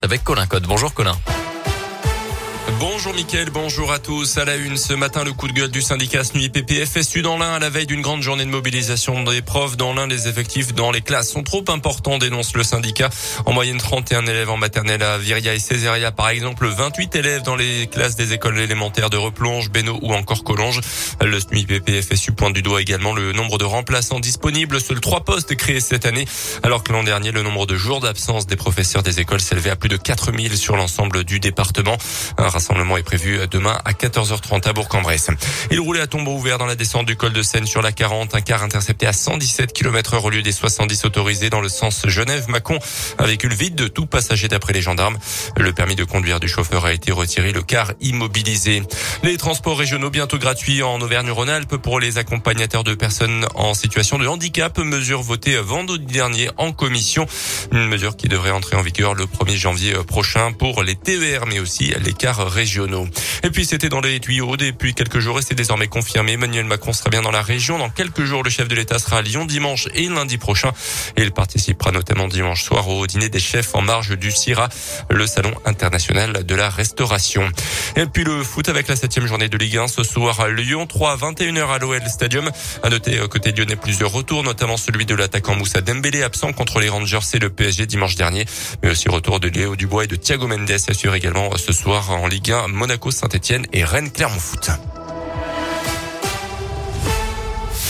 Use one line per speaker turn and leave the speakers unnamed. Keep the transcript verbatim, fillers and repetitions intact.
Avec Colin Code. Bonjour Colin.
Bonjour Mickaël, bonjour à tous. À la une, ce matin, le coup de gueule du syndicat S N U I P P F S U dans l'Ain à la veille d'une grande journée de mobilisation des profs. Dans l'Ain, les effectifs dans les classes sont trop importants, dénonce le syndicat. En moyenne, trente et un élèves en maternelle à Viria et Césaria, par exemple, vingt-huit élèves dans les classes des écoles élémentaires de Replonge, Bénaud ou encore Collonges. Le S N U I P P F S U pointe du doigt également le nombre de remplaçants disponibles. Seuls trois postes créés cette année, alors que l'an dernier, le nombre de jours d'absence des professeurs des écoles s'élevait à plus de quatre mille sur l'ensemble du département. Un rassemblement est prévu demain à quatorze heures trente à Bourg-en-Bresse. Il roulait à tombeau ouvert dans la descente du col de Seine sur la quarante. Un car intercepté à cent dix-sept kilomètres heure au lieu des soixante-dix autorisés dans le sens Genève-Mâcon. Un véhicule vide de tout passager d'après les gendarmes. Le permis de conduire du chauffeur a été retiré, le car immobilisé. Les transports régionaux bientôt gratuits en Auvergne-Rhône-Alpes pour les accompagnateurs de personnes en situation de handicap. Mesure votée vendredi dernier en commission. Une mesure qui devrait entrer en vigueur le premier janvier prochain pour les T E R mais aussi les cars régionaux. Et puis c'était dans les tuyaux depuis quelques jours et c'est désormais confirmé. Emmanuel Macron sera bien dans la région. Dans quelques jours, le chef de l'État sera à Lyon dimanche et lundi prochain. Et il participera notamment dimanche soir au dîner des chefs en marge du C I R A, le salon international de la restauration. Et puis le foot avec la septième journée de Ligue un ce soir à Lyon trois, vingt et une heures à l'O L Stadium. À noter côté lyonnais plusieurs retours, notamment celui de l'attaquant Moussa Dembélé absent contre les Rangers et le P S G dimanche dernier. Mais aussi retour de Léo Dubois et de Thiago Mendes assure également ce soir en Ligue un Monaco, Saint-Etienne et Rennes Clermont Foot.